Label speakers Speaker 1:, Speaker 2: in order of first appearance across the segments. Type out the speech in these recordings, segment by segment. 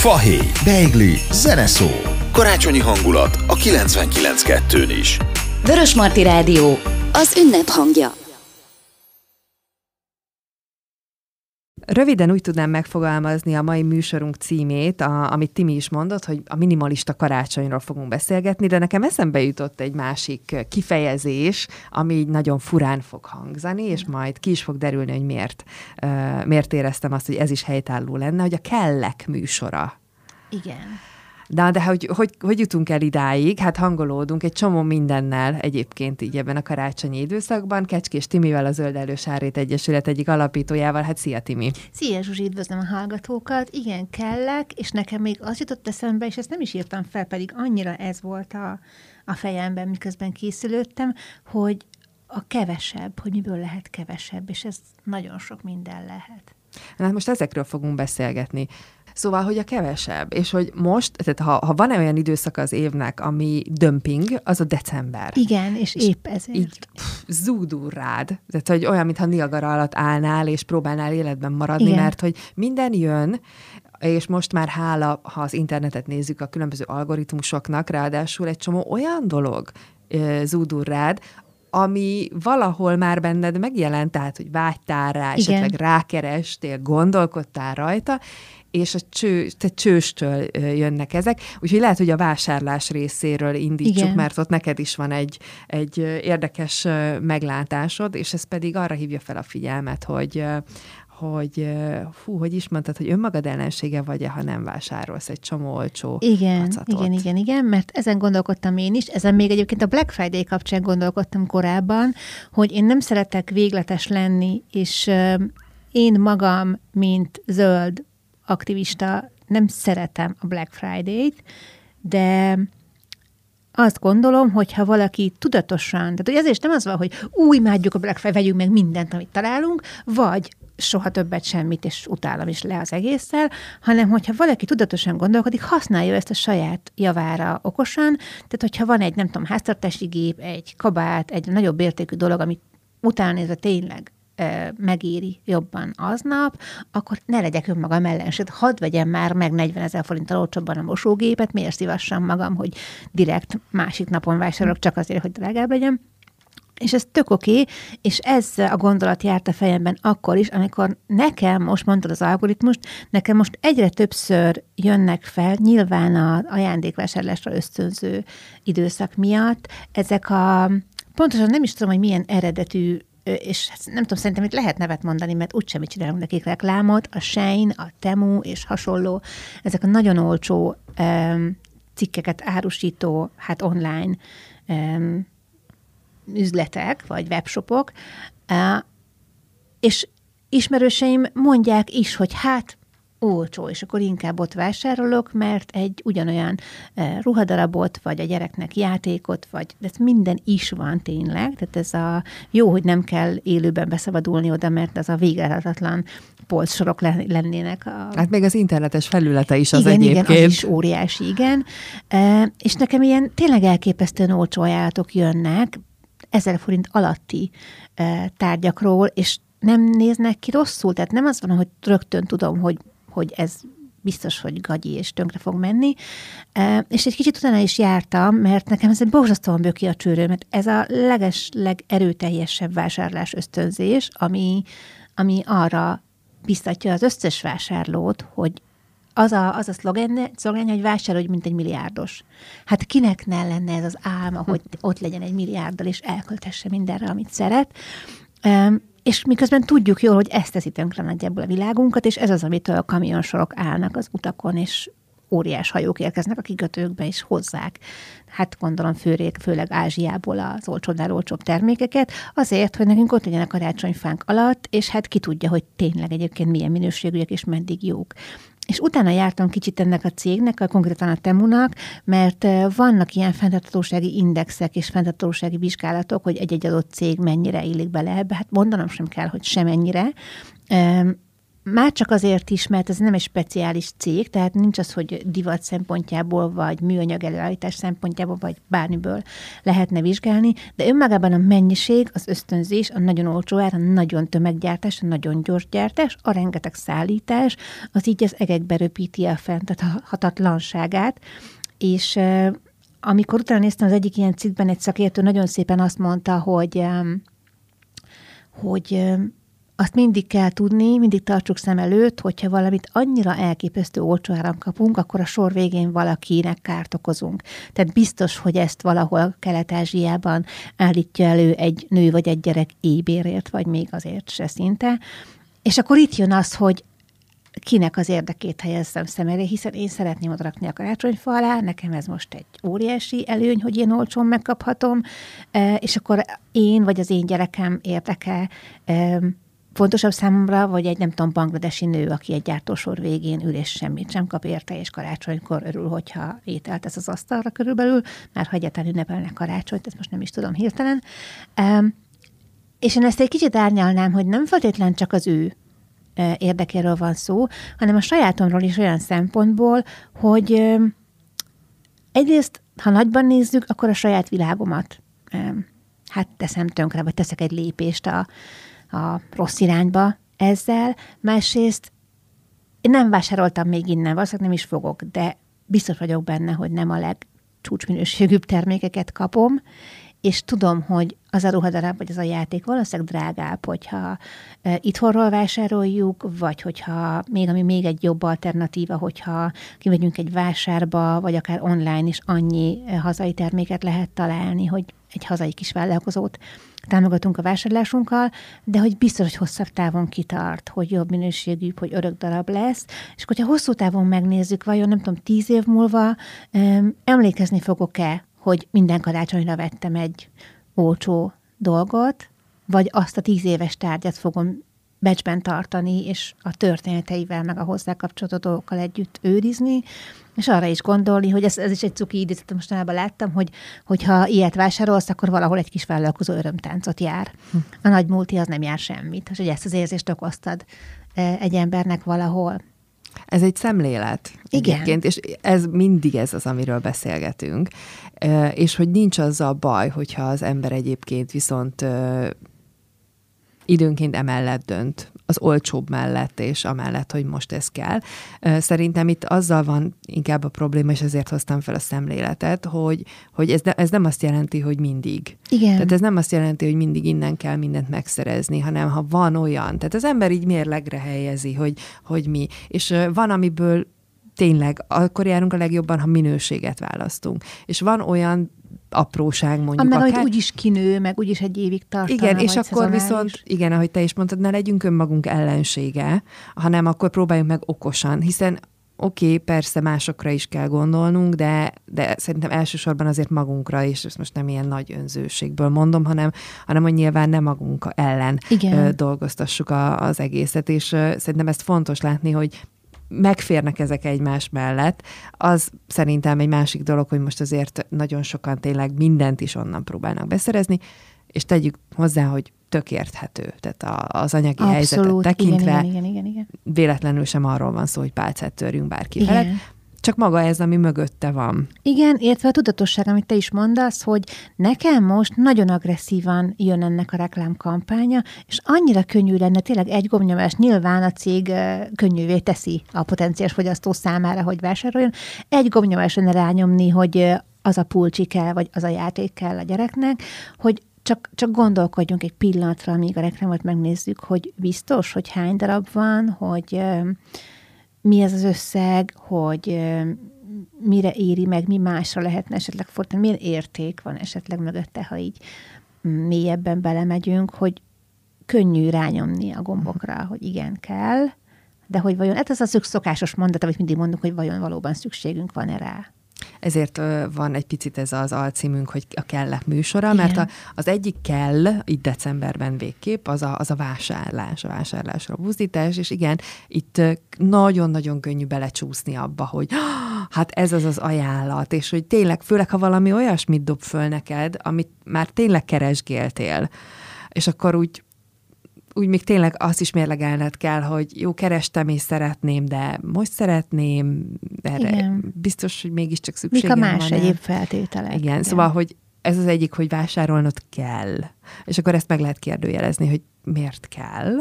Speaker 1: Fahéj, beigli, zeneszó. Karácsonyi hangulat a 99.2-n is.
Speaker 2: Vörösmarty Rádió, az ünnep hangja.
Speaker 3: Röviden úgy tudnám megfogalmazni a mai műsorunk címét, amit Timi is mondott, hogy a minimalista karácsonyról fogunk beszélgetni, de nekem eszembe jutott egy másik kifejezés, ami így nagyon furán fog hangzani, és majd ki is fog derülni, hogy miért éreztem azt, hogy ez is helytálló lenne, hogy a kellek műsora.
Speaker 4: Igen.
Speaker 3: De hogy jutunk el idáig? Hát hangolódunk egy csomó mindennel egyébként így ebben a karácsonyi időszakban. Kecskés Timivel, a Zöld Elősárét Egyesület egyik alapítójával. Hát szia, Timi!
Speaker 4: Szia, Zsuzsi, üdvözlöm a hallgatókat. Igen, kellek, és nekem még az jutott eszembe, és ezt nem is írtam fel, pedig annyira ez volt a fejemben, miközben készülődtem, hogy a kevesebb, hogy miből lehet kevesebb, és ez nagyon sok minden lehet.
Speaker 3: Hát most ezekről fogunk beszélgetni. Szóval, hogy a kevesebb, és hogy most, tehát ha van olyan időszak az évnek, ami dömping, az a december.
Speaker 4: Igen, és épp ezért.
Speaker 3: Így zúdul rád. Tehát, hogy olyan, mintha Niagara alatt állnál, és próbálnál életben maradni, igen. Mert hogy minden jön, és most már hála, ha az internetet nézzük, a különböző algoritmusoknak, ráadásul egy csomó olyan dolog zúdul rád, ami valahol már benned megjelent, tehát, hogy vágytál rá, esetleg rákerestél, gondolkodtál rajta, és a csőstől jönnek ezek. Úgyhogy lehet, hogy a vásárlás részéről indítsuk, igen. Mert ott neked is van egy érdekes meglátásod, és ez pedig arra hívja fel a figyelmet, hogy hogy is mondtad, hogy önmagad ellensége vagy-e, ha nem vásárolsz egy csomó olcsó macatot.
Speaker 4: Igen, mert ezen gondolkodtam én is, ezen még egyébként a Black Friday kapcsán gondolkodtam korábban, hogy én nem szeretek végletes lenni, és én magam, mint zöld aktivista, nem szeretem a Black Friday-t, de azt gondolom, hogy ha valaki tudatosan, tehát hogy ezért nem az van, hogy imádjuk a Black Friday, vegyünk meg mindent, amit találunk, vagy soha többet semmit, és utálom is le az egésszel, hanem hogyha valaki tudatosan gondolkodik, használja ezt a saját javára okosan, tehát hogyha van egy, nem tudom, háztartási gép, egy kabát, egy nagyobb értékű dolog, amit utána nézve tényleg megéri jobban aznap, akkor ne legyek önmagam ellenség. Hadd vegyem már meg 40 000 forinttal olcsóbban a mosógépet, miért szívassam magam, hogy direkt másik napon vásárolok csak azért, hogy drágább legyen. És ez tök oké, és ez a gondolat járt a fejemben akkor is, amikor nekem, most mondtad az algoritmust, nekem most egyre többször jönnek fel, nyilván az ajándékvásárlásra ösztönző időszak miatt, ezek pontosan nem is tudom, hogy milyen eredetű, és nem tudom, szerintem itt lehet nevet mondani, mert úgysem mit csinálunk nekik reklámot, a Shein, a Temu és hasonló, ezek a nagyon olcsó cikkeket árusító, hát online üzletek, vagy webshopok, és ismerőseim mondják is, hogy hát olcsó, és akkor inkább ott vásárolok, mert egy ugyanolyan ruhadarabot, vagy a gyereknek játékot, vagy ez minden is van tényleg, tehát ez jó, hogy nem kell élőben beszabadulni oda, mert az a véglehetetlen polcsorok lennének.
Speaker 3: Hát még az internetes felülete is az
Speaker 4: igen,
Speaker 3: egyébként.
Speaker 4: Igen, az is óriási, igen. És nekem ilyen tényleg elképesztően olcsó ajánlatok jönnek, 1000 forint alatti tárgyakról, és nem néznek ki rosszul, tehát nem az van, hogy rögtön tudom, hogy ez biztos, hogy gagyi és tönkre fog menni. És egy kicsit utána is jártam, mert nekem ez egy borzasztóan böki a csőröm, mert ez a legerőteljesebb vásárlás ösztönzés, ami arra biztatja az összes vásárlót, hogy az a szlogen, hogy vásárolj, mint egy milliárdos. Hát kinek ne lenne ez az álma, hogy ott legyen egy milliárddal, és elköltesse mindenre, amit szeret. És miközben tudjuk jól, hogy ezt teszi tönkre nagyjából a világunkat, és ez az, amitől a kamionsorok állnak az utakon, és óriás hajók érkeznek a kikötőkbe, és hozzák. Hát gondolom főleg Ázsiából az olcsónál olcsóbb termékeket, azért, hogy nekünk ott legyen a karácsonyfánk alatt, és hát ki tudja, hogy tényleg egyébként milyen minőségűek és meddig jók. És utána jártam kicsit ennek a cégnek, konkrétan a Temunak, mert vannak ilyen fenntarthatósági indexek és fenntarthatósági vizsgálatok, hogy egy adott cég mennyire illik bele ebbe. Hát mondanom sem kell, hogy semennyire. Már csak azért is, mert ez nem egy speciális cég, tehát nincs az, hogy divat szempontjából, vagy műanyag előállítás szempontjából, vagy bármiből lehetne vizsgálni, de önmagában a mennyiség, az ösztönzés, a nagyon olcsó ár, a nagyon tömeggyártás, a nagyon gyors gyártás, a rengeteg szállítás, az így az egekbe röpíti a fenntarthatatlanságát, és amikor utána néztem az egyik ilyen cikkben, egy szakértő nagyon szépen azt mondta, hogy azt mindig kell tudni, mindig tartsuk szem előtt, hogyha valamit annyira elképesztő olcsó áron kapunk, akkor a sor végén valakinek kárt okozunk. Tehát biztos, hogy ezt valahol Kelet-Ázsiában állítja elő egy nő vagy egy gyerek éhbérért, vagy még azért se szinte. És akkor itt jön az, hogy kinek az érdekét helyezzem szem elé, hiszen én szeretném odarakni a karácsonyfa alá, nekem ez most egy óriási előny, hogy én olcsón megkaphatom, és akkor én vagy az én gyerekem érdeke fontosabb számomra, vagy egy nem tudom, bangladesi nő, aki egy gyártósor végén ül és semmit sem kap érte, és karácsonykor örül, hogyha ételt tesz az asztalra körülbelül, már ha egyáltalán ünnepelnek karácsonyt, ezt most nem is tudom hirtelen. És én ezt egy kicsit árnyalnám, hogy nem feltétlen csak az ő érdekéről van szó, hanem a sajátomról is olyan szempontból, hogy egyrészt, ha nagyban nézzük, akkor a saját világomat teszem tönkre, vagy teszek egy lépést a rossz irányba ezzel. Másrészt én nem vásároltam még innen, valószínűleg nem is fogok, de biztos vagyok benne, hogy nem a legcsúcsminőségűbb termékeket kapom, és tudom, hogy az a ruhadarab, vagy az a játék valószínűleg drágább, hogyha itthonról vásároljuk, vagy hogyha ami még egy jobb alternatíva, hogyha kimegyünk egy vásárba, vagy akár online is annyi hazai terméket lehet találni, hogy egy hazai kis vállalkozót támogatunk a vásárlásunkkal, de hogy biztos, hogy hosszabb távon kitart, hogy jobb minőségűbb, hogy örök darab lesz, és hogyha hosszú távon megnézzük, vajon nem tudom, 10 év múlva emlékezni fogok-e, hogy minden karácsonyra vettem egy olcsó dolgot, vagy azt a 10 éves tárgyat fogom becsben tartani, és a történeteivel, meg a hozzá kapcsolatos dolgokkal együtt őrizni, és arra is gondolni, hogy ez is egy cuki idézet, mostanában láttam, hogy ha ilyet vásárolsz, akkor valahol egy kis vállalkozó örömtáncot jár. A nagy multi az nem jár semmit, és hogy ezt az érzést okoztad egy embernek valahol.
Speaker 3: Ez egy szemlélet.
Speaker 4: Igen.
Speaker 3: Egyébként, és ez mindig ez az, amiről beszélgetünk. És hogy nincs azzal baj, hogyha az ember egyébként viszont időnként emellett dönt, az olcsóbb mellett, és amellett, hogy most ez kell. Szerintem itt azzal van inkább a probléma, és ezért hoztam fel a szemléletet, hogy ez nem azt jelenti, hogy mindig.
Speaker 4: Igen.
Speaker 3: Tehát ez nem azt jelenti, hogy mindig innen kell mindent megszerezni, hanem ha van olyan, tehát az ember így mérlegre helyezi, hogy mi. És van, amiből tényleg akkor járunk a legjobban, ha minőséget választunk. És van olyan apróság mondjuk
Speaker 4: meg,
Speaker 3: akár.
Speaker 4: hogy úgyis kinő, meg úgyis egy évig tartana.
Speaker 3: Igen, és akkor viszont, igen, ahogy te is mondtad, ne legyünk önmagunk ellensége, hanem akkor próbáljuk meg okosan, hiszen oké, persze másokra is kell gondolnunk, de szerintem elsősorban azért magunkra, és ezt most nem ilyen nagy önzőségből mondom, hanem hogy nyilván nem magunk ellen dolgoztassuk az egészet, és szerintem ezt fontos látni, hogy megférnek ezek egymás mellett. Az szerintem egy másik dolog, hogy most azért nagyon sokan tényleg mindent is onnan próbálnak beszerezni, és tegyük hozzá, hogy tök érthető. Tehát az anyagi helyzetet tekintve
Speaker 4: igen.
Speaker 3: véletlenül sem arról van szó, hogy pálcát törjünk bárki felett. Csak maga ez, ami mögötte van.
Speaker 4: Igen, értve a tudatosság, amit te is mondasz, hogy nekem most nagyon agresszívan jön ennek a reklámkampánya, és annyira könnyű lenne, tényleg egy gombnyomás, nyilván a cég könnyűvé teszi a potenciális fogyasztó számára, hogy vásároljon. Egy gombnyomás lenne rányomni, hogy az a pulcsi kell, vagy az a játék kell a gyereknek, hogy csak gondolkodjunk egy pillanatra, amíg a reklámot megnézzük, hogy biztos, hogy hány darab van, hogy mi ez az összeg, hogy mire éri meg, mi másra lehetne esetleg fordítani, milyen érték van esetleg mögötte, ha így mélyebben belemegyünk, hogy könnyű rányomni a gombokra, hogy igen, kell, de hogy vajon, ez az szokásos mondat, amit mindig mondunk, hogy vajon valóban szükségünk van-e rá.
Speaker 3: Ezért van egy picit ez az alcímünk, hogy a kellek műsora, igen. Mert az egyik kell, így decemberben végképp, az a vásárlásra buzdítás, és igen, itt nagyon-nagyon könnyű belecsúszni abba, hogy hát ez az ajánlat, és hogy tényleg, főleg ha valami olyasmit dob föl neked, amit már tényleg keresgéltél, és akkor úgy úgy még tényleg azt is mérlegelned kell, hogy jó, kerestem és szeretném, de most szeretném, erre igen. Biztos, hogy mégiscsak szükségem van.
Speaker 4: Mik a más egyéb feltételek?
Speaker 3: Igen, szóval, hogy ez az egyik, hogy vásárolnod kell. És akkor ezt meg lehet kérdőjelezni, hogy miért kell.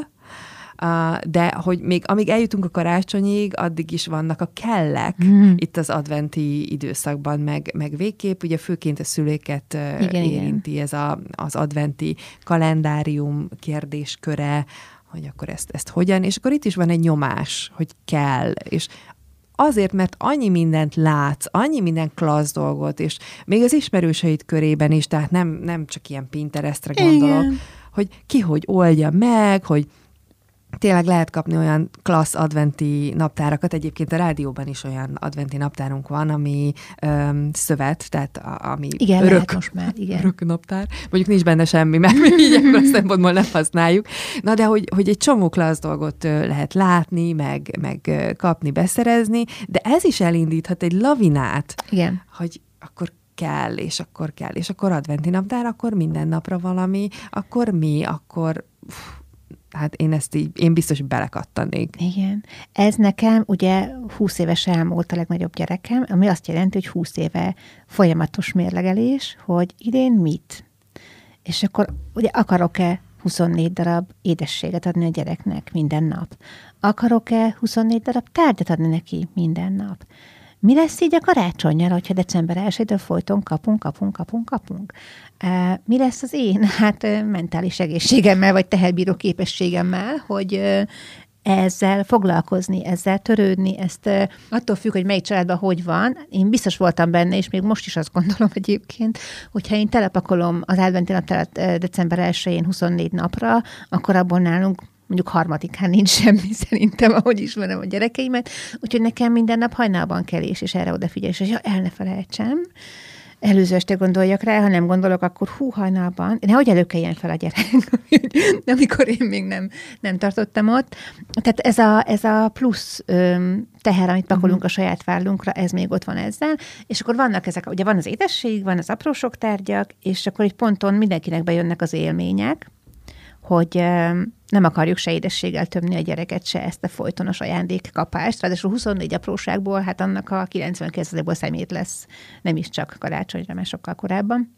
Speaker 3: De hogy még amíg eljutunk a karácsonyig, addig is vannak a kellek itt az adventi időszakban, meg végképp, ugye főként a szülőket érinti ez az adventi kalendárium kérdésköre, hogy akkor ezt hogyan, és akkor itt is van egy nyomás, hogy kell, és azért, mert annyi mindent látsz, annyi minden klassz dolgot, és még az ismerőseid körében is, tehát nem csak ilyen Pinterestre gondolok, igen. hogy ki hogy oldja meg, hogy tényleg lehet kapni olyan klassz adventi naptárakat, egyébként a rádióban is olyan adventi naptárunk van, ami szövet, tehát ami
Speaker 4: igen, örök, most már, igen.
Speaker 3: Örök naptár. Mondjuk nincs benne semmi, mert mi így ebből a szempontból nem használjuk. Na de hogy egy csomó klassz dolgot lehet látni, meg kapni, beszerezni, de ez is elindíthat egy lavinát, igen. hogy akkor kell, és akkor adventi naptár, akkor minden napra valami, akkor mi, akkor... Hát én biztos, hogy belekattannék.
Speaker 4: Igen. Ez nekem ugye 20 éves elmúlt a legnagyobb gyerekem, ami azt jelenti, hogy 20 éve folyamatos mérlegelés, hogy idén mit. És akkor ugye akarok-e 24 darab édességet adni a gyereknek minden nap? Akarok-e 24 darab tárgyat adni neki minden nap? Mi lesz így a karácsonnyal, hogyha december 1-től folyton kapunk? Mi lesz az én mentális egészségemmel, vagy teherbíró képességemmel, hogy ezzel foglalkozni, ezzel törődni, ezt attól függ, hogy melyik családban hogy van. Én biztos voltam benne, és még most is azt gondolom egyébként, hogyha én telepakolom az adventi naptárat december 1-én 24 napra, akkor abból nálunk mondjuk harmadikán nincs semmi szerintem, ahogy ismerem a gyerekeimet, úgyhogy nekem minden nap hajnalban kelés, és erre odafigyelés, és el ne felejtsem, előző este gondoljak rá, ha nem gondolok, akkor hajnalban, nehogy előkeljen fel a gyerek, de amikor én még nem tartottam ott. Tehát ez a plusz teher, amit pakolunk a saját vállunkra, ez még ott van ezzel, és akkor vannak ezek, ugye van az édesség, van az apró sok tárgyak, és akkor egy ponton mindenkinek bejönnek az élmények, hogy nem akarjuk se édességgel tömni a gyereket, se ezt a folytonos ajándékkapást. Ráadásul 24 apróságból, hát annak a 90%-ból szemét lesz, nem is csak karácsonyra, mert sokkal korábban.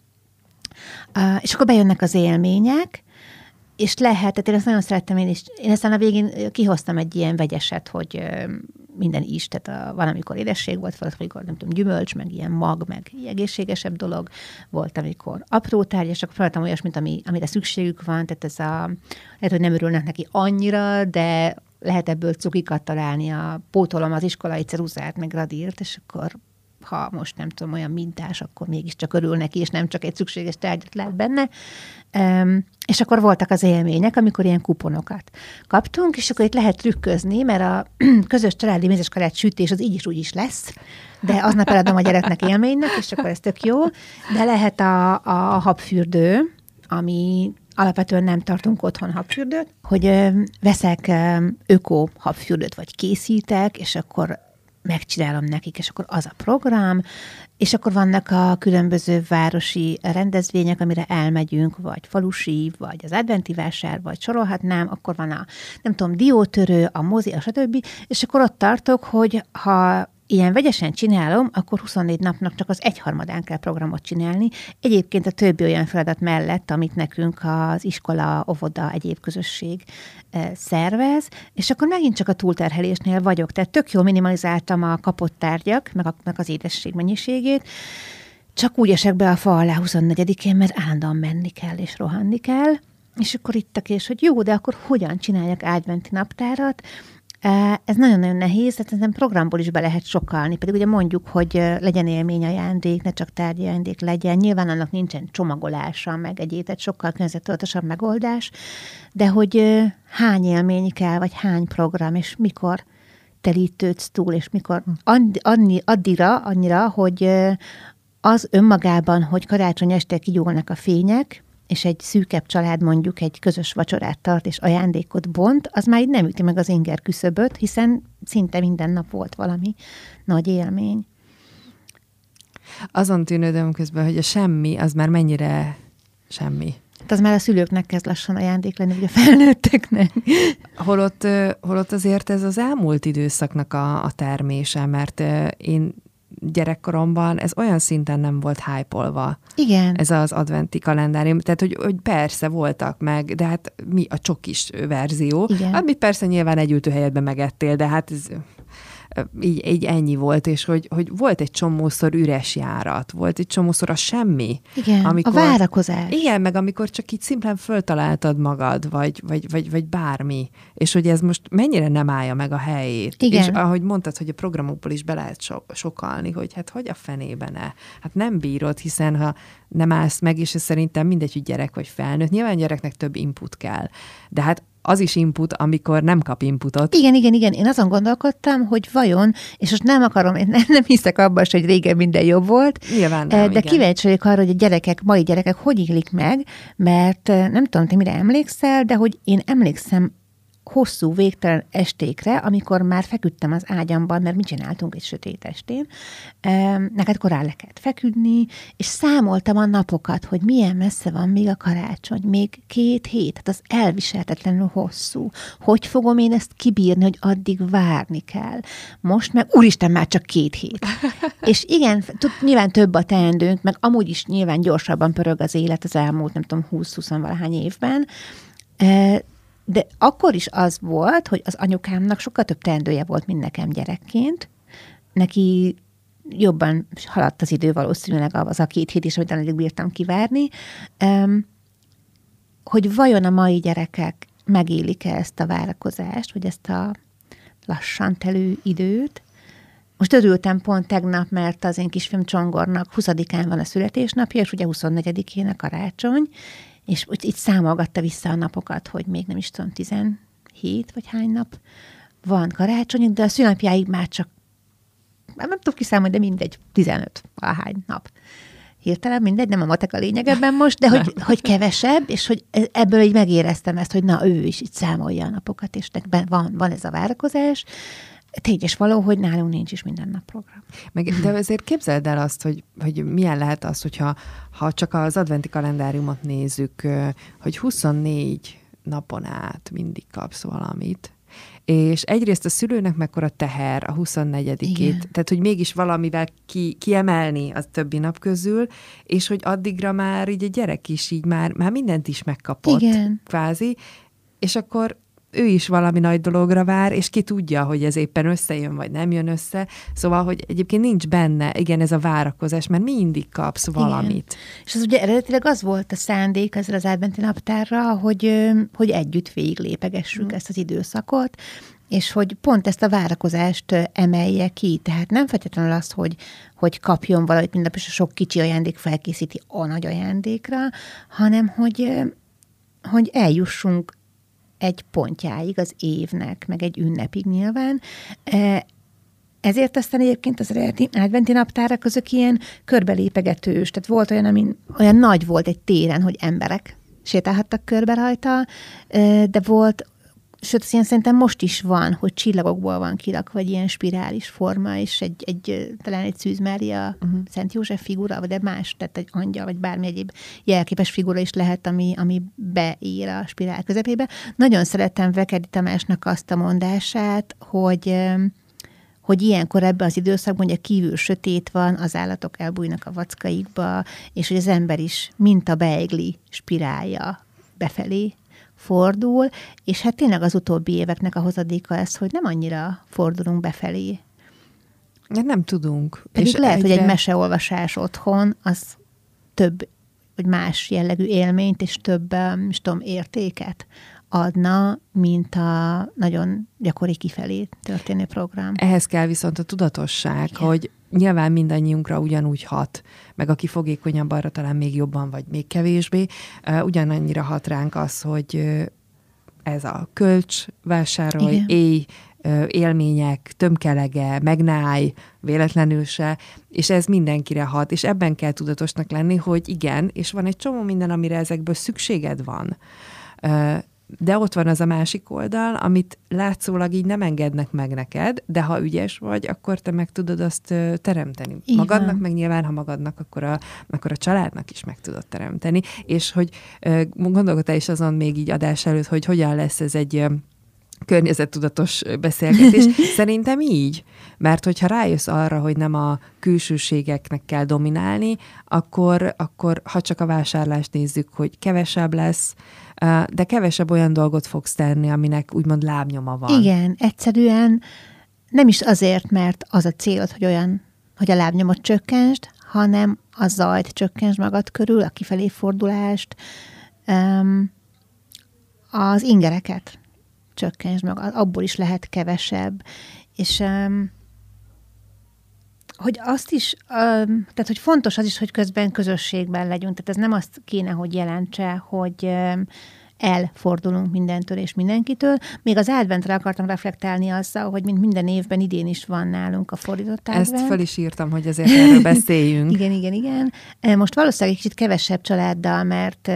Speaker 4: És akkor bejönnek az élmények, és lehet, tehát én ezt nagyon szerettem én is. Én aztán a végén kihoztam egy ilyen vegyeset, hogy minden is, tehát van, amikor édesség volt, amikor nem tudom, gyümölcs, meg ilyen mag, meg egészségesebb dolog volt, amikor apró tárgy, és akkor feltem olyasmit, amire szükségük van, tehát lehet, hogy nem örülnek neki annyira, de lehet ebből cukikat találni, pótolom az iskolai ceruzát, meg radírt, és akkor ha most nem tudom, olyan mintás, akkor mégiscsak örül neki, és nem csak egy szükséges tárgyat lát benne. És akkor voltak az élmények, amikor ilyen kuponokat kaptunk, és akkor itt lehet trükközni, mert a közös családi mézeskalács sütés az így is úgy is lesz, de aznap eladom a gyereknek élménynek, és akkor ez tök jó. De lehet a habfürdő, ami alapvetően nem tartunk otthon habfürdőt, hogy veszek öko habfürdőt, vagy készítek, és akkor megcsinálom nekik, és akkor az a program, és akkor vannak a különböző városi rendezvények, amire elmegyünk, vagy falusi, vagy az adventi vásár, vagy sorolhatnám, akkor van a, nem tudom, diótörő, a mozi, a stb., és akkor ott tartok, hogy ha ilyen vegyesen csinálom, akkor 24 napnak csak az 1/3 kell programot csinálni. Egyébként a többi olyan feladat mellett, amit nekünk az iskola, óvoda, egyéb közösség szervez, és akkor megint csak a túlterhelésnél vagyok. Tehát tök jól minimalizáltam a kapott tárgyak, meg az édesség mennyiségét, csak úgy esek be a fa alá 24-én, mert állandóan menni kell és rohanni kell, és akkor itt a kés, hogy jó, de akkor hogyan csináljak adventi naptárat? Ez nagyon-nagyon nehéz, tehát ezen programból is be lehet sokalni, pedig ugye mondjuk, hogy legyen élményajándék, ne csak tárgyajándék legyen, nyilván annak nincsen csomagolása, meg egyéb, tehát sokkal környezettudatosabb megoldás, de hogy hány élmény kell, vagy hány program, és mikor telítődsz túl, és mikor annyira, hogy az önmagában, hogy karácsony este kigyúlnak a fények, és egy szűkebb család mondjuk egy közös vacsorát tart, és ajándékot bont, az már így nem üti meg az inger küszöböt, hiszen szinte minden nap volt valami nagy élmény.
Speaker 3: Azon tűnődöm közben, hogy a semmi, az már mennyire semmi.
Speaker 4: Az már a szülőknek kezd lassan ajándék lenni, vagy a felnőtteknek.
Speaker 3: Holott azért ez az elmúlt időszaknak a termése, mert én gyerekkoromban ez olyan szinten nem volt hype-olva.
Speaker 4: Igen.
Speaker 3: Ez az adventi kalendárium. Tehát, hogy persze voltak meg, de hát mi a csokis verzió.
Speaker 4: Igen.
Speaker 3: Amit persze nyilván egy ültőhelyedben megettél, de hát ez így ennyi volt, és hogy volt egy csomószor üres járat, volt egy csomószor a semmi.
Speaker 4: Igen,
Speaker 3: amikor,
Speaker 4: a várakozás.
Speaker 3: Igen, meg amikor csak így szimplán föltaláltad magad, vagy bármi, és hogy ez most mennyire nem állja meg a helyét.
Speaker 4: Igen.
Speaker 3: És ahogy mondtad, hogy a programokból is be lehet sokalni, hogy hát hogy a fenében-e? Hát nem bírod, hiszen ha nem állsz meg, és ez szerintem mindegy, hogy gyerek vagy felnőtt. Nyilván gyereknek több input kell, de hát az is input, amikor nem kap inputot.
Speaker 4: Igen. Én azon gondolkodtam, hogy vajon, és most nem akarom, én nem hiszek abban, hogy régen minden jobb volt,
Speaker 3: Nyilván nem,
Speaker 4: de
Speaker 3: igen.
Speaker 4: kíváncsi vagyok arra, hogy a gyerekek, mai gyerekek hogy élik meg, mert nem tudom, te mire emlékszel, de hogy én emlékszem hosszú, végtelen estékre, amikor már feküdtem az ágyamban, mert mit csináltunk egy sötét estén, neked korán le kellett feküdni, és számoltam a napokat, hogy milyen messze van még a karácsony, még 2 hét, hát az elviselhetetlenül hosszú. Hogy fogom én ezt kibírni, hogy addig várni kell? Most meg, úristen, már csak 2 hét. És igen, nyilván több a teendőnk, meg amúgy is nyilván gyorsabban pörög az élet az elmúlt, nem tudom, 20-20-valahány évben, de akkor is az volt, hogy az anyukámnak sokkal több teendője volt, mint nekem gyerekként. Neki jobban haladt az idő valószínűleg az a 2 hét is, amit addig bírtam kivárni, hogy vajon a mai gyerekek megélik-e ezt a várakozást, vagy ezt a lassan telő időt. Most örültem pont tegnap, mert az én kisfiam Csongornak 20-án van a születésnapja, és ugye 24-én a karácsony, és úgy így számolgatta vissza a napokat, hogy még nem is tudom, 17 vagy hány nap van karácsonyig, de a szülinapjáig már csak, nem tudom kiszámolni, de mindegy, 15 valahány nap. Hirtelen mindegy, nem a matek a lényeg ebben most, de hogy kevesebb, és hogy ebből így megéreztem ezt, hogy na, ő is így számolja a napokat, és van ez a várakozás. Tényes való, hogy nálunk nincs is minden nap program.
Speaker 3: De azért képzeld el azt, hogy milyen lehet az, hogyha csak az adventi kalendáriumot nézzük, hogy 24 napon át mindig kapsz valamit, és egyrészt a szülőnek mekkora teher a 24-ét, tehát hogy mégis valamivel kiemelni a többi nap közül, és hogy addigra már így a gyerek is így már mindent is megkapott, kvázi, és akkor ő is valami nagy dologra vár, és ki tudja, hogy ez éppen összejön, vagy nem jön össze. Szóval, hogy egyébként nincs benne, igen, ez a várakozás, mert mindig kapsz valamit. Igen.
Speaker 4: És az ugye eredetileg az volt a szándék ezzel az adventi naptárra, hogy együtt végiglépegessük ezt az időszakot, és hogy pont ezt a várakozást emelje ki. Tehát nem feltétlenül az, hogy kapjon valamit mindnap, és a sok kicsi ajándék felkészíti a nagy ajándékra, hanem hogy eljussunk egy pontjáig az évnek, meg egy ünnepig nyilván. Ezért aztán egyébként az adventi naptárak azok ilyen körbelépegetős, tehát volt olyan nagy volt egy téren, hogy emberek sétálhattak körbe rajta, de volt, sőt, ilyen szerintem most is van, hogy csillagokból van kirakva, vagy ilyen spirális forma, és talán egy Szűz Mária, Szent József figura, vagy más, tehát egy angyal, vagy bármi egyéb jelképes figura is lehet, ami beír a spirál közepébe. Nagyon szerettem Vekedi Tamásnak azt a mondását, hogy ilyenkor ebben az időszakban ugye kívül sötét van, az állatok elbújnak a vackaikba, és hogy az ember is, mint a beigli spirálja befelé fordul, és hát tényleg az utóbbi éveknek a hozadéka ez, hogy nem annyira fordulunk befelé.
Speaker 3: Nem tudunk.
Speaker 4: Pedig és lehet, hogy egy meseolvasás otthon az több, vagy más jellegű élményt, és több, értéket adna, mint a nagyon gyakori kifelé történő program.
Speaker 3: Ehhez kell viszont a tudatosság, igen, hogy nyilván mindannyiunkra ugyanúgy hat, meg aki fogékonyabb, arra talán még jobban, vagy még kevésbé, ugyanannyira hat ránk az, hogy ez a kölcs, vásárolj, élj, élmények, tömkelege, megnálj, véletlenül se, és ez mindenkire hat, és ebben kell tudatosnak lenni, hogy igen, és van egy csomó minden, amire ezekből szükséged van. De ott van az a másik oldal, amit látszólag így nem engednek meg neked, de ha ügyes vagy, akkor te meg tudod azt teremteni.
Speaker 4: Igen.
Speaker 3: Magadnak, meg nyilván, ha magadnak, akkor a családnak is meg tudod teremteni. És hogy gondolkodtál is azon még így adás előtt, hogy hogyan lesz ez egy környezettudatos beszélgetés. Szerintem így. Mert hogyha rájössz arra, hogy nem a külsőségeknek kell dominálni, akkor ha csak a vásárlást nézzük, hogy kevesebb lesz, de kevesebb olyan dolgot fogsz tenni, aminek úgymond lábnyoma van.
Speaker 4: Igen, egyszerűen nem is azért, mert az a célod, hogy a lábnyomot csökkentsd, hanem a zajt csökkentsd magad körül, a kifelé fordulást, az ingereket csökkentsd magad, abból is lehet kevesebb. És hogy azt is, tehát hogy fontos az is, hogy közben közösségben legyünk. Tehát ez nem azt kéne, hogy jelentse, hogy elfordulunk mindentől és mindenkitől. Még az adventre akartam reflektálni azzal, hogy mint minden évben idén is van nálunk a fordított advent.
Speaker 3: Ezt fel is írtam, hogy azért erről beszéljünk.
Speaker 4: Igen. Most valószínűleg egy kicsit kevesebb családdal, mert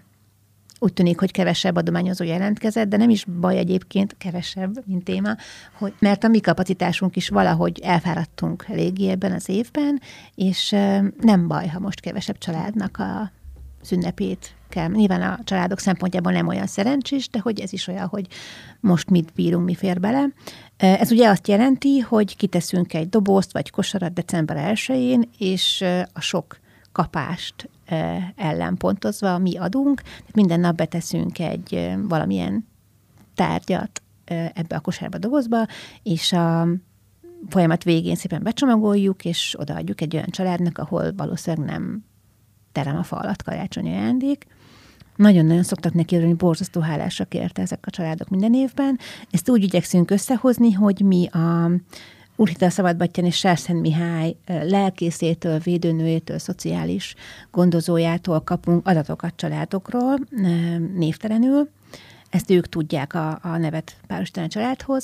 Speaker 4: úgy tűnik, hogy kevesebb adományozó jelentkezett, de nem is baj egyébként, kevesebb, mint téma, mert a mi kapacitásunk is valahogy elfáradtunk eléggé ebben az évben, és nem baj, ha most kevesebb családnak az ünnepét kell. Nyilván a családok szempontjából nem olyan szerencsés, de hogy ez is olyan, hogy most mit bírunk, mi fér bele. Ez ugye azt jelenti, hogy kiteszünk egy dobozt vagy kosarat december 1-én, és a sok kapást ellenpontozva mi adunk, tehát minden nap beteszünk egy valamilyen tárgyat ebbe a kosárba, dobozba, és a folyamat végén szépen becsomagoljuk, és odaadjuk egy olyan családnak, ahol valószínűleg nem terem a fa alatt karácsonyi ajándék. Nagyon-nagyon szoktak neki örülni, borzasztó hálásak érte ezek a családok minden évben. Ezt úgy igyekszünk összehozni, hogy mi a Úrhitel Szabadbattyán és Sárszentmihály lelkészétől, védőnőjétől, szociális gondozójától kapunk adatokat családokról névtelenül. Ezt ők tudják a nevet párosítani a családhoz,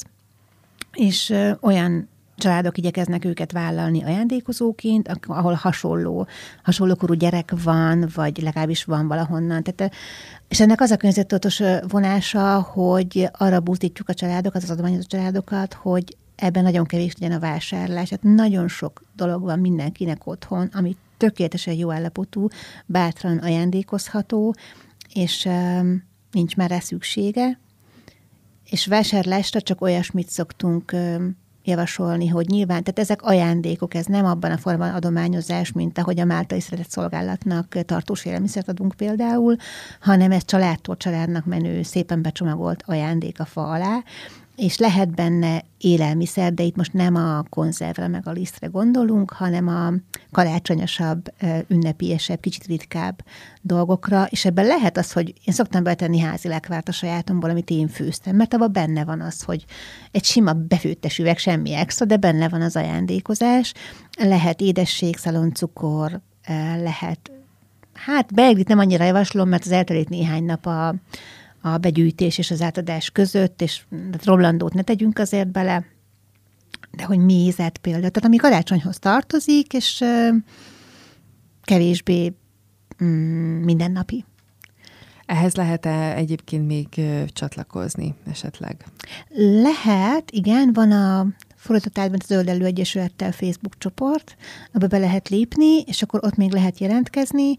Speaker 4: és olyan családok igyekeznek őket vállalni ajándékozóként, ahol hasonló korú gyerek van, vagy legalábbis van valahonnan. És ennek az a környezettudatos vonása, hogy arra buzdítjuk a családokat, az adományozó családokat, hogy ebben nagyon kevés legyen a vásárlás. Tehát nagyon sok dolog van mindenkinek otthon, ami tökéletesen jó állapotú, bátran ajándékozható, és nincs már rá szüksége. És vásárlásra csak olyasmit szoktunk javasolni, hogy nyilván, tehát ezek ajándékok, ez nem abban a formában adományozás, mint ahogy a Máltai Szeretett Szolgálatnak tartós élelmiszert adunk például, hanem ez családtól családnak menő, szépen becsomagolt ajándék a fa alá, és lehet benne élelmiszer, de itt most nem a konzervre meg a lisztre gondolunk, hanem a karácsonyosabb, ünnepiesebb, kicsit ritkább dolgokra, és ebben lehet az, hogy én szoktam betenni házi lekvárt a sajátomból, amit én főztem, mert abban benne van az, hogy egy sima befőttes üveg, semmi extra, de benne van az ajándékozás, lehet édesség, szaloncukor, lehet, beiglit nem annyira javaslom, mert az eltelét néhány nap a begyűjtés és az átadás között, és romlandót ne tegyünk azért bele, de hogy mézet például, tehát ami karácsonyhoz tartozik, és kevésbé mindennapi.
Speaker 3: Ehhez lehet-e egyébként még csatlakozni esetleg?
Speaker 4: Lehet, igen, van a Fordított Advent Zöld Ellő Egyesülettel Facebook csoport, abba be lehet lépni, és akkor ott még lehet jelentkezni.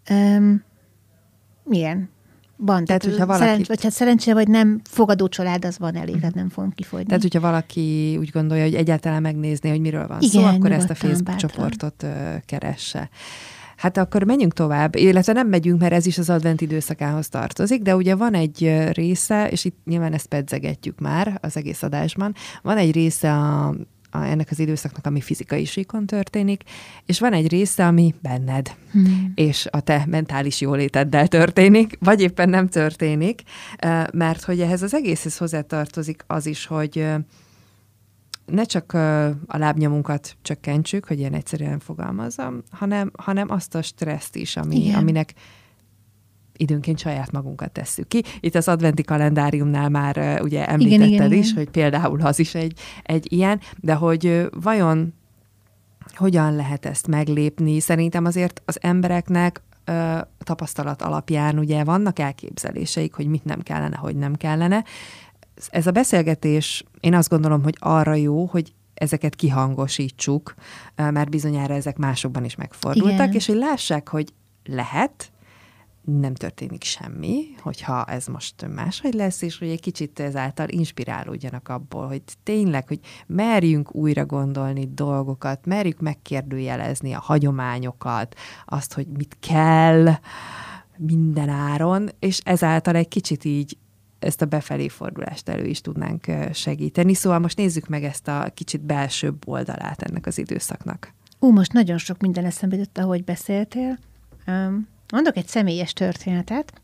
Speaker 4: Igen. Van, tehát hogyha valaki... szerencsére vagy nem, fogadó család, az van elég, tehát nem fogom kifogyni.
Speaker 3: Tehát, hogyha valaki úgy gondolja, hogy egyáltalán megnézni, hogy miről van szó, akkor ezt a Facebook csoportot keresse. Hát akkor menjünk tovább, illetve nem megyünk, mert ez is az advent időszakához tartozik, de ugye van egy része, és itt nyilván ezt pedzegetjük már az egész adásban, van egy része ennek az időszaknak, ami fizikai síkon történik, és van egy része, ami benned, és a te mentális jóléteddel történik, vagy éppen nem történik, mert hogy ehhez az egészhez hozzátartozik az is, hogy ne csak a lábnyomunkat csökkentsük, hogy ilyen egyszerűen fogalmazzam, hanem azt a stresszt is, aminek időnként saját magunkat tesszük ki. Itt az adventi kalendáriumnál már ugye említetted is, hogy például az is egy ilyen, de hogy vajon hogyan lehet ezt meglépni? Szerintem azért az embereknek tapasztalat alapján ugye vannak elképzeléseik, hogy mit nem kellene, hogy nem kellene. Ez a beszélgetés, én azt gondolom, hogy arra jó, hogy ezeket kihangosítsuk, mert bizonyára ezek másokban is megfordultak, igen. És hogy lássák, hogy lehet, nem történik semmi, hogyha ez most máshogy lesz, és hogy egy kicsit ezáltal inspirálódjanak abból, hogy tényleg, hogy merjünk újra gondolni dolgokat, merjük megkérdőjelezni a hagyományokat, azt, hogy mit kell minden áron, és ezáltal egy kicsit így ezt a befelé fordulást elő is tudnánk segíteni. Szóval most nézzük meg ezt a kicsit belsőbb oldalát ennek az időszaknak.
Speaker 4: Most nagyon sok minden eszembe jutott, ahogy beszéltél. Mondok egy személyes történetet.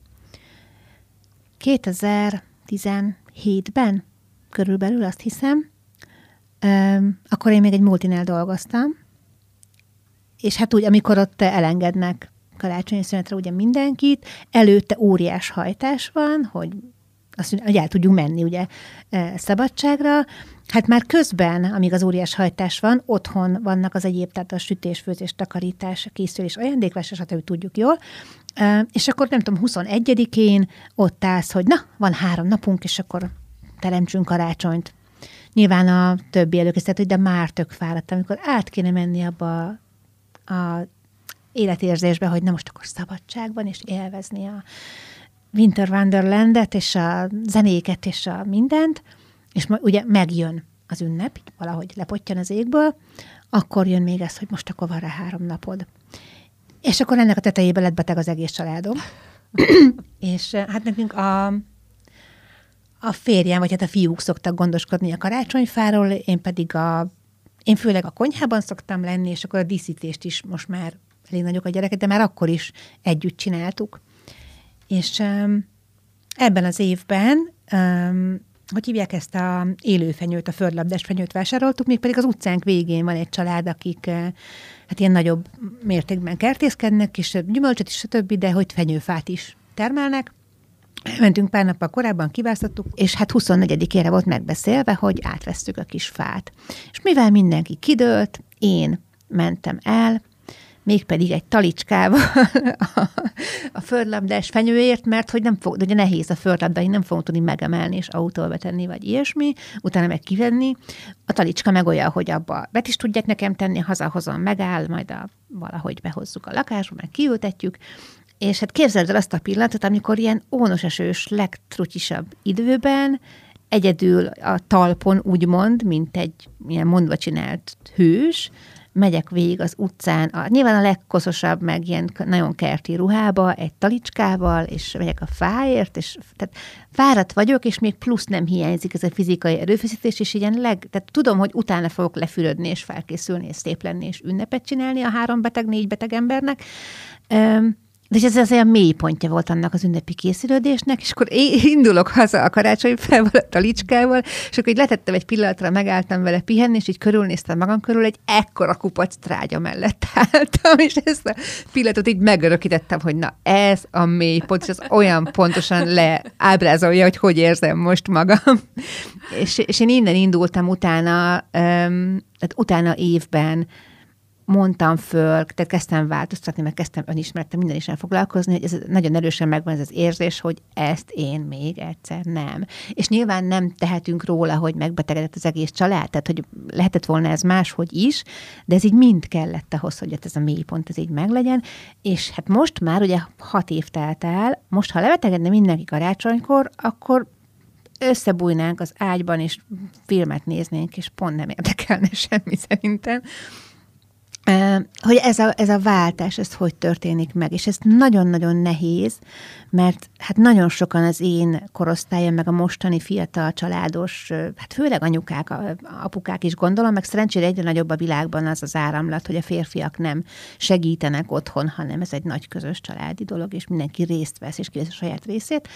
Speaker 4: 2017-ben, körülbelül azt hiszem, akkor én még egy multinál dolgoztam, és hát úgy, amikor ott elengednek karácsonyi szünetre ugye mindenkit, előtte óriás hajtás van, hogy el tudjunk menni ugye szabadságra. Hát már közben, amíg az óriás hajtás van, otthon vannak az egyéb, tehát a sütés, főzés, takarítás, készülés, ajándékvásárlás, stb. Tudjuk jól. És akkor nem tudom, 21-én ott állsz, hogy na, van 3 napunk, és akkor teremtsünk karácsonyt. Nyilván a többi előkészített, hogy de már tök fáradt, amikor át kéne menni abba a életérzésbe, hogy na most akkor szabadságban, és élvezni a Winter Wonderlandet, és a zenéket, és a mindent, és ugye megjön az ünnep, valahogy lepottyan az égből, akkor jön még ez, hogy most akkor van rá 3 napod. És akkor ennek a tetejében lett beteg az egész családom. És hát nekünk a férjem, vagy hát a fiúk szoktak gondoskodni a karácsonyfáról, én főleg a konyhában szoktam lenni, és akkor a díszítést is most már elég nagyok a gyereket, de már akkor is együtt csináltuk. És ebben az évben, hogy hívják ezt a élőfenyőt, a földlabdás fenyőt vásároltuk, mégpedig az utcánk végén van egy család, akik hát ilyen nagyobb mértékben kertészkednek, és gyümölcsöt is, stb., de hogy fenyőfát is termelnek. Mentünk pár nappal korábban, kiválasztottuk, és hát 24-ére volt megbeszélve, hogy átvesszük a kis fát. És mivel mindenki kidőlt, én mentem el, mégpedig egy talicskával a földlabdás fenyőért, mert hogy nem fog, ugye nehéz a földlabdát, nem fogunk tudni megemelni és autóba tenni, vagy ilyesmi, utána meg kivenni. A talicska meg olyan, hogy abba bet is tudják nekem tenni, hazahozom, megáll, majd valahogy behozzuk a lakásba, meg kiültetjük. És hát képzeld el azt a pillanatot, amikor ilyen ónosesős, legtrutyisabb időben egyedül a talpon úgymond, mint egy ilyen mondva csinált hős, megyek végig az utcán, nyilván a legkoszosabb, meg ilyen nagyon kerti ruhába, egy talicskával, és megyek a fáért, és tehát fáradt vagyok, és még plusz nem hiányzik ez a fizikai erőfeszítés, és ilyen tehát tudom, hogy utána fogok lefürödni, és felkészülni, és szép lenni, és ünnepet csinálni a 3 beteg, 4 beteg embernek. De ez az olyan mélypontja volt annak az ünnepi készülődésnek, és akkor indulok haza a karácsonyfával, a talicskával, és akkor így letettem egy pillanatra, megálltam vele pihenni, és így körülnéztem magam körül, egy ekkora kupac trágya mellett álltam, és ezt a pillanatot így megörökítettem, hogy na ez a mélypont, és az olyan pontosan leábrázolja, hogy érzem most magam. És én innen indultam utána, tehát utána évben, mondtam föl, tehát kezdtem változtatni, meg kezdtem önismerettel minden is foglalkozni, hogy ez nagyon erősen megvan ez az érzés, hogy ezt én még egyszer nem. És nyilván nem tehetünk róla, hogy megbetegedett az egész család, tehát hogy lehetett volna ez máshogy is, de ez így mind kellett ahhoz, hogy ez a mélypont ez így meglegyen, és hát most már ugye 6 év telt el, most ha lebetegedne mindenki karácsonykor, akkor összebújnánk az ágyban, és filmet néznénk, és pont nem érdekelne semmi szerintem. Hogy ez a váltás, ez hogy történik meg, és ez nagyon-nagyon nehéz, mert hát nagyon sokan az én korosztályom, meg a mostani fiatal családos, hát főleg anyukák, apukák is gondolom, meg szerencsére egyre nagyobb a világban az az áramlat, hogy a férfiak nem segítenek otthon, hanem ez egy nagy közös családi dolog, és mindenki részt vesz, és kivesz a saját részét.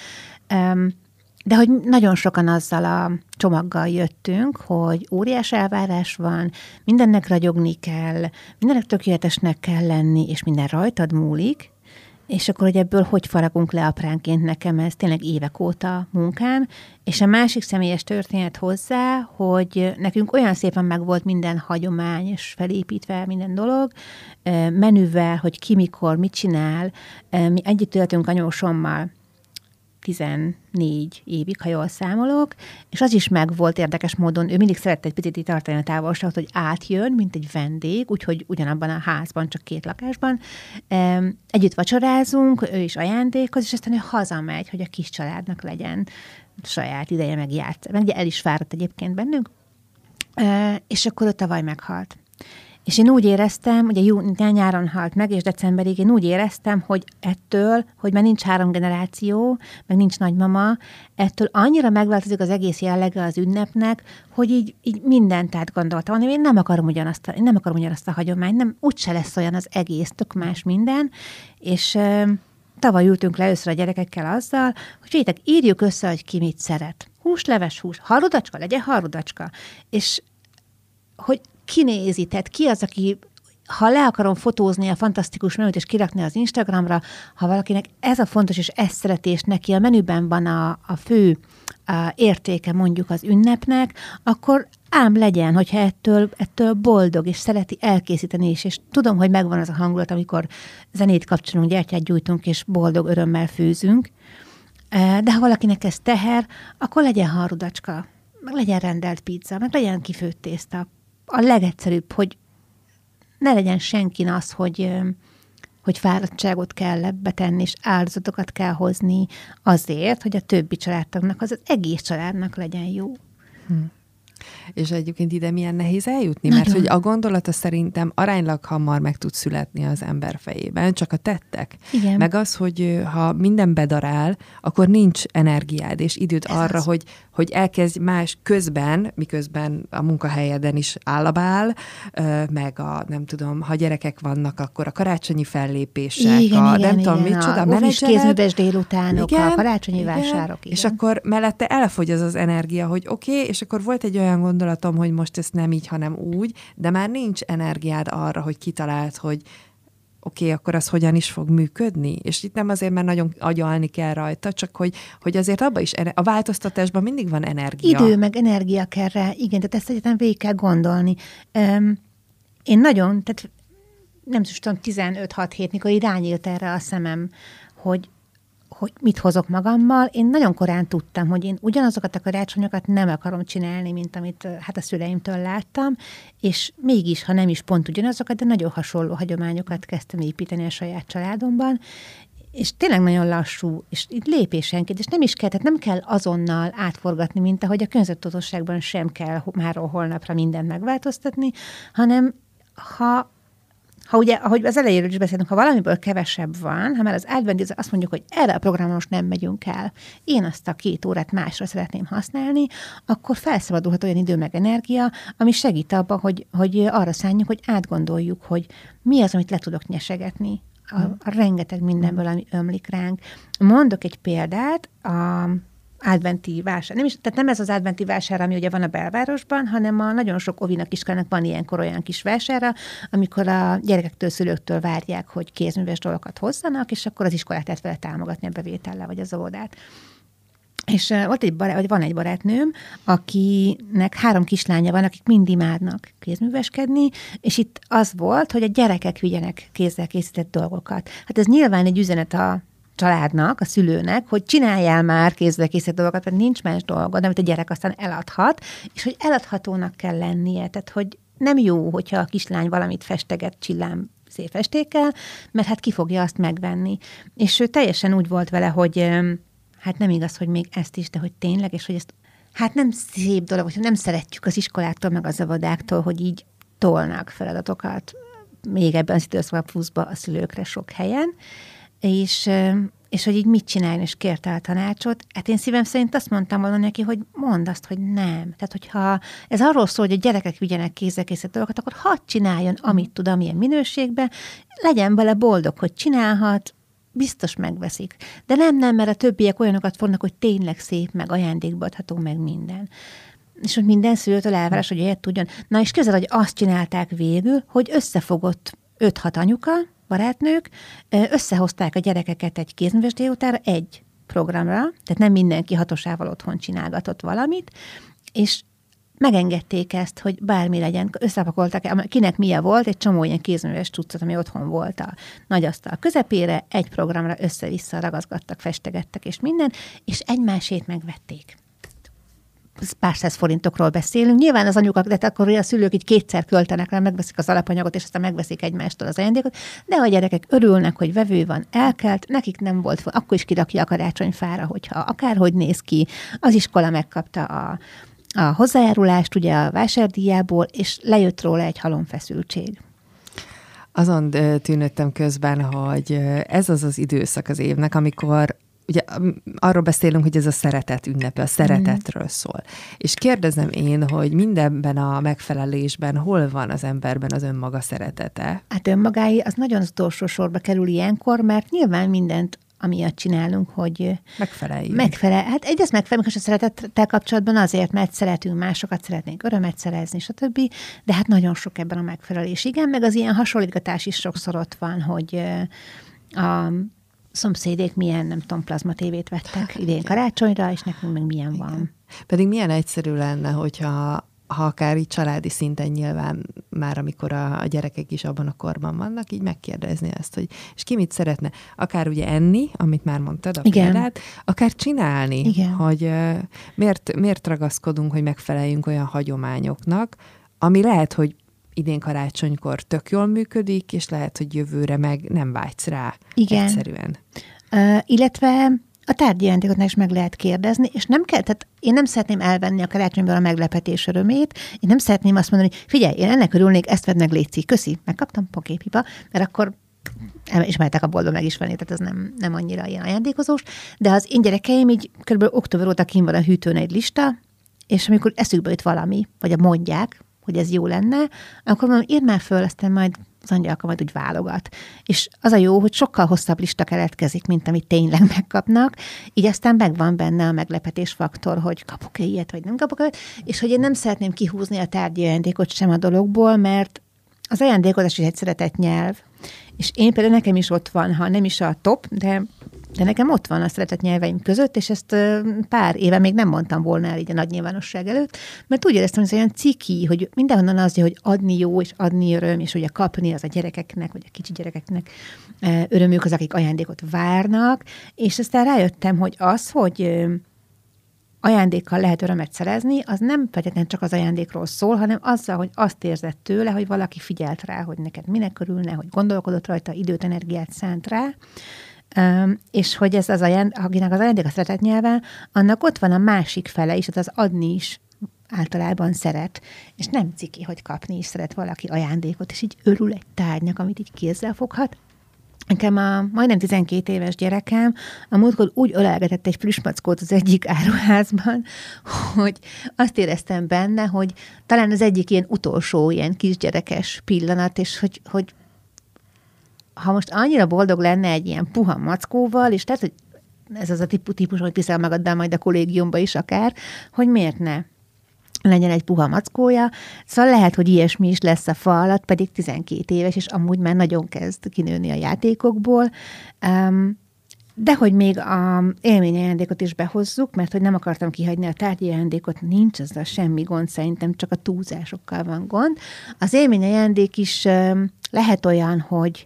Speaker 4: De hogy nagyon sokan azzal a csomaggal jöttünk, hogy óriás elvárás van, mindennek ragyogni kell, mindennek tökéletesnek kell lenni, és minden rajtad múlik, És akkor, hogy ebből hogy faragunk le apránként, nekem ez tényleg évek óta munkám, és a másik személyes történet hozzá, hogy nekünk olyan szépen meg volt minden hagyomány, és felépítve minden dolog, menüvel, hogy ki mikor, mit csinál. Mi együtt éltünk anyósommal 14 évig, ha jól számolok, és az is meg volt érdekes módon, ő mindig szerette egy picit tartani a távolságot, hogy átjön, mint egy vendég, úgyhogy ugyanabban a házban, csak 2 lakásban. Együtt vacsorázunk, ő is ajándékoz, és aztán ő hazamegy, hogy a kis családnak legyen saját ideje, meg játsz. Meg el is fáradt egyébként bennünk. És akkor ő tavaly meghalt. És én úgy éreztem, ugye nyáron halt meg, és decemberig én úgy éreztem, hogy ettől, hogy már nincs 3 generáció, meg nincs nagymama, ettől annyira megváltozik az egész jellege az ünnepnek, hogy így mindent átgondoltam. Én nem akarom ugyanazt a hagyományt, nem, úgyse lesz olyan az egész, tök más minden. És tavaly ültünk le először a gyerekekkel azzal, hogy figyeljetek, írjuk össze, hogy ki mit szeret. Húsleves, harudacska, legyen harudacska. És hogy kinézi, tehát ki az, aki, ha le akarom fotózni a fantasztikus menüt, és kirakni az Instagramra, ha valakinek ez a fontos, és ez szeretés neki a menüben van a fő értéke mondjuk az ünnepnek, akkor ám legyen, hogyha ettől boldog, és szereti elkészíteni is, és tudom, hogy megvan az a hangulat, amikor zenét kapcsolunk, gyertyát gyújtunk, és boldog örömmel főzünk, de ha valakinek ez teher, akkor legyen harudacska, meg legyen rendelt pizza, meg legyen kifőtt tészta. A legegyszerűbb, hogy ne legyen senkin az, hogy fáradtságot kell betenni, és áldozatokat kell hozni azért, hogy a többi családtagnak, az egész családnak legyen jó.
Speaker 3: És egyébként ide milyen nehéz eljutni,
Speaker 4: Nagyon.
Speaker 3: mert hogy a gondolata szerintem aránylag hamar meg tud születni az ember fejében, csak a tettek.
Speaker 4: Igen.
Speaker 3: Meg az, hogy ha minden bedarál, akkor nincs energiád és időd ez arra, hogy elkezdj más közben, miközben a munkahelyeden is állabál, meg nem tudom, ha gyerekek vannak, akkor a karácsonyi fellépések, nem tudom, micsoda,
Speaker 4: a kézműves délutánok, a karácsonyi vásárok.
Speaker 3: És akkor mellette elfogy az energia, hogy oké, és akkor volt egy olyan gondolatom, hogy most ez nem így, hanem úgy, de már nincs energiád arra, hogy kitaláld, hogy oké, akkor az hogyan is fog működni. És itt nem azért, mert nagyon agyalni kell rajta, csak hogy azért abban is, a változtatásban mindig van energia.
Speaker 4: Idő, meg energia kell rá, igen, tehát ezt egyetem végig kell gondolni. Én nagyon, tehát nem tudom, 15-6 hét, mikor irányílt erre a szemem, hogy mit hozok magammal. Én nagyon korán tudtam, hogy én ugyanazokat a karácsonyokat nem akarom csinálni, mint amit a szüleimtől láttam, és mégis, ha nem is pont ugyanazokat, de nagyon hasonló hagyományokat kezdtem építeni a saját családomban, és tényleg nagyon lassú, és itt lépésenként, és nem is kell, tehát nem kell azonnal átforgatni, mint ahogy a környezettudatosságban sem kell máról holnapra mindent megváltoztatni, hanem ha ugye, ahogy az elejéről is beszéltünk, ha valamiből kevesebb van, ha már az advent azt mondjuk, hogy erre a programra most nem megyünk el, én azt a 2 órát másra szeretném használni, akkor felszabadulhat olyan idő meg energia, ami segít abban, hogy arra szánjuk, hogy átgondoljuk, hogy mi az, amit le tudok nyesegetni a rengeteg mindenből, ami ömlik ránk. Mondok egy példát, adventi vásár. Tehát nem ez az adventi vásár, ami ugye van a belvárosban, hanem a nagyon sok ovinak, iskolának van ilyenkor olyan kis vására, amikor a gyerekektől, szülőktől várják, hogy kézműves dolgokat hozzanak, és akkor az iskolát lehet vele támogatni a bevétellel, vagy az óvodát. És van egy barátnőm, akinek 3 kislánya van, akik mind imádnak kézműveskedni, és itt az volt, hogy a gyerekek vigyenek kézzel készített dolgokat. Hát ez nyilván egy üzenet a családnak, a szülőnek, hogy csináljál már kézzel készített dolgokat, mert nincs más dolgod, amit a gyerek aztán eladhat, és hogy eladhatónak kell lennie. Tehát, hogy nem jó, hogyha a kislány valamit festeget csillám szép festékkel, mert hát ki fogja azt megvenni. És ő teljesen úgy volt vele, hogy hát nem igaz, hogy még ezt is, de hogy tényleg, és hogy ezt hát nem szép dolog, hogy nem szeretjük az iskoláktól, meg az óvodáktól, hogy így tolnak feladatokat, még ebben az időszakban pluszba a szülőkre sok helyen, és hogy így mit csinálni, és kérte a tanácsot. Hát én szívem szerint azt mondtam volna neki, hogy mondd azt, hogy nem. Tehát, hogyha ez arról szól, hogy a gyerekek vigyenek kézzel készített dolgokat, akkor hadd csináljon, amit tud, amilyen minőségben, legyen vele boldog, hogy csinálhat, biztos megveszik. De nem, mert a többiek olyanokat fognak, hogy tényleg szép, meg ajándékba adható, meg minden. És hogy minden szülőtől elvárás, hogy ilyet tudjon. Na és képzeld, hogy azt csinálták végül, hogy összefogott 5-6 anyuka, barátnők összehozták a gyerekeket egy kézműves délutánra, egy programra, tehát nem mindenki hatosával otthon csinálgatott valamit, és megengedték ezt, hogy bármi legyen, összepakoltak, kinek milyen volt, egy csomó ilyen kézműves cuccot, ami otthon volt a nagy asztal közepére, egy programra össze-vissza ragaszgattak, festegettek és minden, és egymásét megvették. Pár száz forintokról beszélünk. Nyilván az anyukak, de akkor a szülők így kétszer költenek rá, megveszik az alapanyagot, és aztán megveszik egymástól az ajándékot, de a gyerekek örülnek, hogy vevő van, elkelt, nekik nem volt, akkor is kirakja a karácsonyfára, hogyha akárhogy néz ki, az iskola megkapta a hozzájárulást ugye a vásárdíjából, és lejött róla egy halomfeszültség.
Speaker 3: Azon tűnődtem közben, hogy ez az az időszak az évnek, amikor ugye arról beszélünk, hogy ez a szeretet ünnepe, a szeretetről szól. És kérdezem én, hogy mindenben a megfelelésben hol van az emberben az önmaga szeretete?
Speaker 4: Hát önmagái az nagyon az utolsó sorba kerül ilyenkor, mert nyilván mindent amiatt csinálunk, hogy
Speaker 3: megfeleljünk.
Speaker 4: Hát egyrészt megfelelünk, és a szeretettel kapcsolatban azért, mert szeretünk másokat, szeretnénk örömet szerezni, stb. De hát nagyon sok ebben a megfelelés. Igen, meg az ilyen hasonlítgatás is sokszor ott van, hogy a szomszédék milyen, nem tudom, plazmatévét vettek idén karácsonyra, és nekünk meg milyen van.
Speaker 3: Pedig milyen egyszerű lenne, hogyha akár így családi szinten nyilván már, amikor a gyerekek is abban a korban vannak, így megkérdezni ezt, hogy és ki mit szeretne. Akár ugye enni, amit már mondtad, a példát, akár csinálni,
Speaker 4: igen,
Speaker 3: hogy miért ragaszkodunk, hogy megfeleljünk olyan hagyományoknak, ami lehet, hogy idén karácsonykor tök jól működik, és lehet, hogy jövőre meg nem vágysz rá.
Speaker 4: Igen.
Speaker 3: Egyszerűen.
Speaker 4: Illetve a tárgyi ajándékotnál is meg lehet kérdezni, és nem kell, tehát én nem szeretném elvenni a karácsonyból a meglepetés örömét, én nem szeretném azt mondani, hogy figyelj, én ennek örülnék, ezt vedd meg, létszik, köszi, megkaptam, poképipa, mert akkor ismertek a boltba meg is venni, tehát ez nem annyira ilyen ajándékozós, de az én gyerekeim így kb. Október óta kint van a hűtőn egy lista, és amikor eszükbe jut valami, vagy mondják, hogy ez jó lenne, akkor mondom, írd már föl, aztán majd az angyalka majd úgy válogat. És az a jó, hogy sokkal hosszabb lista keletkezik, mint amit tényleg megkapnak, így aztán megvan benne a meglepetés faktor, hogy kapok-e ilyet, vagy nem kapok-e, és hogy én nem szeretném kihúzni a tárgyi ajándékot sem a dologból, mert az ajándékozás is egy szeretett nyelv, és én például nekem is ott van, ha nem is a top, de nekem ott van a szeretett nyelveim között, és ezt pár éve még nem mondtam volna el így a nagy nyilvánosság előtt, mert úgy éreztem, hogy ez olyan ciki, hogy mindenhonnan az, hogy adni jó, és adni öröm, és ugye kapni az a gyerekeknek, vagy a kicsi gyerekeknek örömük az, akik ajándékot várnak, és aztán rájöttem, hogy az, hogy ajándékkal lehet örömet szerezni, az nem feltétlenül csak az ajándékról szól, hanem azzal, hogy azt érzed tőle, hogy valaki figyelt rá, hogy neked minek örülne, hogy gondolkodott rajta, időt, energiát szánt rá, és hogy ez az akinek az ajándék a szeretett nyelven, annak ott van a másik fele is, tehát az adni is általában szeret, és nem ciki, hogy kapni is szeret valaki ajándékot, és így örül egy tárgynak, amit így kézzel foghat. Nekem a majdnem 12 éves gyerekem a múltkor úgy ölelgetett egy plüsmackót az egyik áruházban, hogy azt éreztem benne, hogy talán az egyik ilyen utolsó ilyen kisgyerekes pillanat, és hogy ha most annyira boldog lenne egy ilyen puha mackóval, és tehát, hogy ez az a típus, hogy viszel magaddal majd a kollégiumba is akár, hogy miért ne legyen egy puha mackója. Szóval lehet, hogy ilyesmi is lesz a fa alatt, pedig 12 éves, és amúgy már nagyon kezd kinőni a játékokból. De hogy még a élményajándékot is behozzuk, mert hogy nem akartam kihagyni a tárgyi ajándékot, nincs ezzel semmi gond, szerintem csak a túlzásokkal van gond. Az élményajándék is lehet olyan, hogy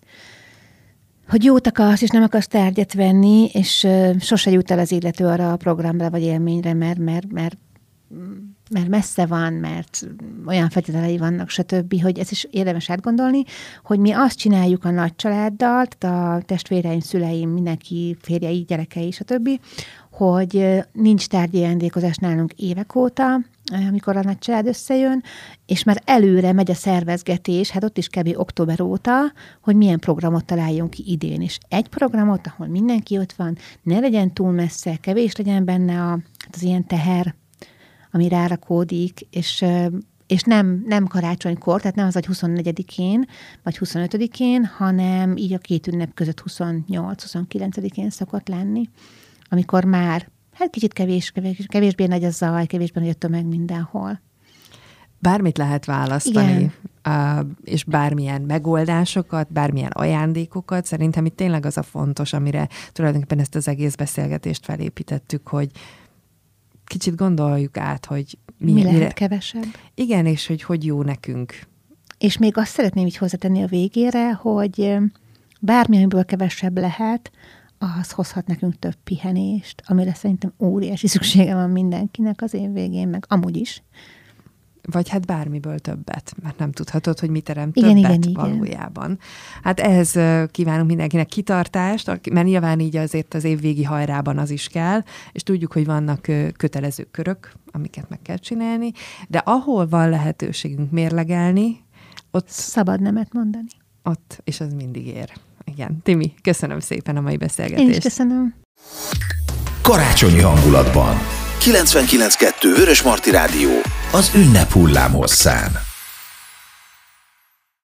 Speaker 4: jót akarsz, és nem akarsz tárgyat venni, és sose jut el az illető arra a programra vagy élményre, mert messze van, mert olyan feltételei vannak, stb., hogy ez is érdemes átgondolni, hogy mi azt csináljuk a nagy családdal, tehát a testvéreim, szüleim, mindenki, férjei, gyerekei, stb., hogy nincs tárgyi ajándékozás nálunk évek óta, amikor a nagy család összejön, és már előre megy a szervezgetés, hát ott is kb. Október óta, hogy milyen programot találjunk ki idén. És egy programot, ahol mindenki ott van, ne legyen túl messze, kevés legyen benne az ilyen teher, ami rárakódik, és nem karácsonykor, tehát nem az, hogy 24-én, vagy 25-én, hanem így a két ünnep között 28-29-én szokott lenni, amikor már hát kicsit kevésbé nagy a zaj, kevésbé nagy a tömeg mindenhol.
Speaker 3: Bármit lehet választani.
Speaker 4: Igen.
Speaker 3: és bármilyen megoldásokat, bármilyen ajándékokat. Szerintem itt tényleg az a fontos, amire tulajdonképpen ezt az egész beszélgetést felépítettük, hogy kicsit gondoljuk át, hogy
Speaker 4: mi lehet kevesebb.
Speaker 3: Igen, és hogy jó nekünk.
Speaker 4: És még azt szeretném így hozzátenni a végére, hogy bármi, amiből kevesebb lehet, az hozhat nekünk több pihenést, amire szerintem óriási szüksége van mindenkinek az év végén, meg amúgy is.
Speaker 3: Vagy hát bármiből többet, mert nem tudhatod, hogy mi terem többet valójában. Hát ehhez kívánunk mindenkinek kitartást, mert nyilván így azért az évvégi hajrában az is kell, és tudjuk, hogy vannak kötelező körök, amiket meg kell csinálni, de ahol van lehetőségünk mérlegelni, ott...
Speaker 4: Szabad nemet mondani.
Speaker 3: Ott, és az mindig ér. Igen. Timi, köszönöm szépen a mai beszélgetést.
Speaker 4: Én is köszönöm.
Speaker 1: Karácsonyi hangulatban. 99.2 Vörösmarty Rádió az ünnep hullámhosszán.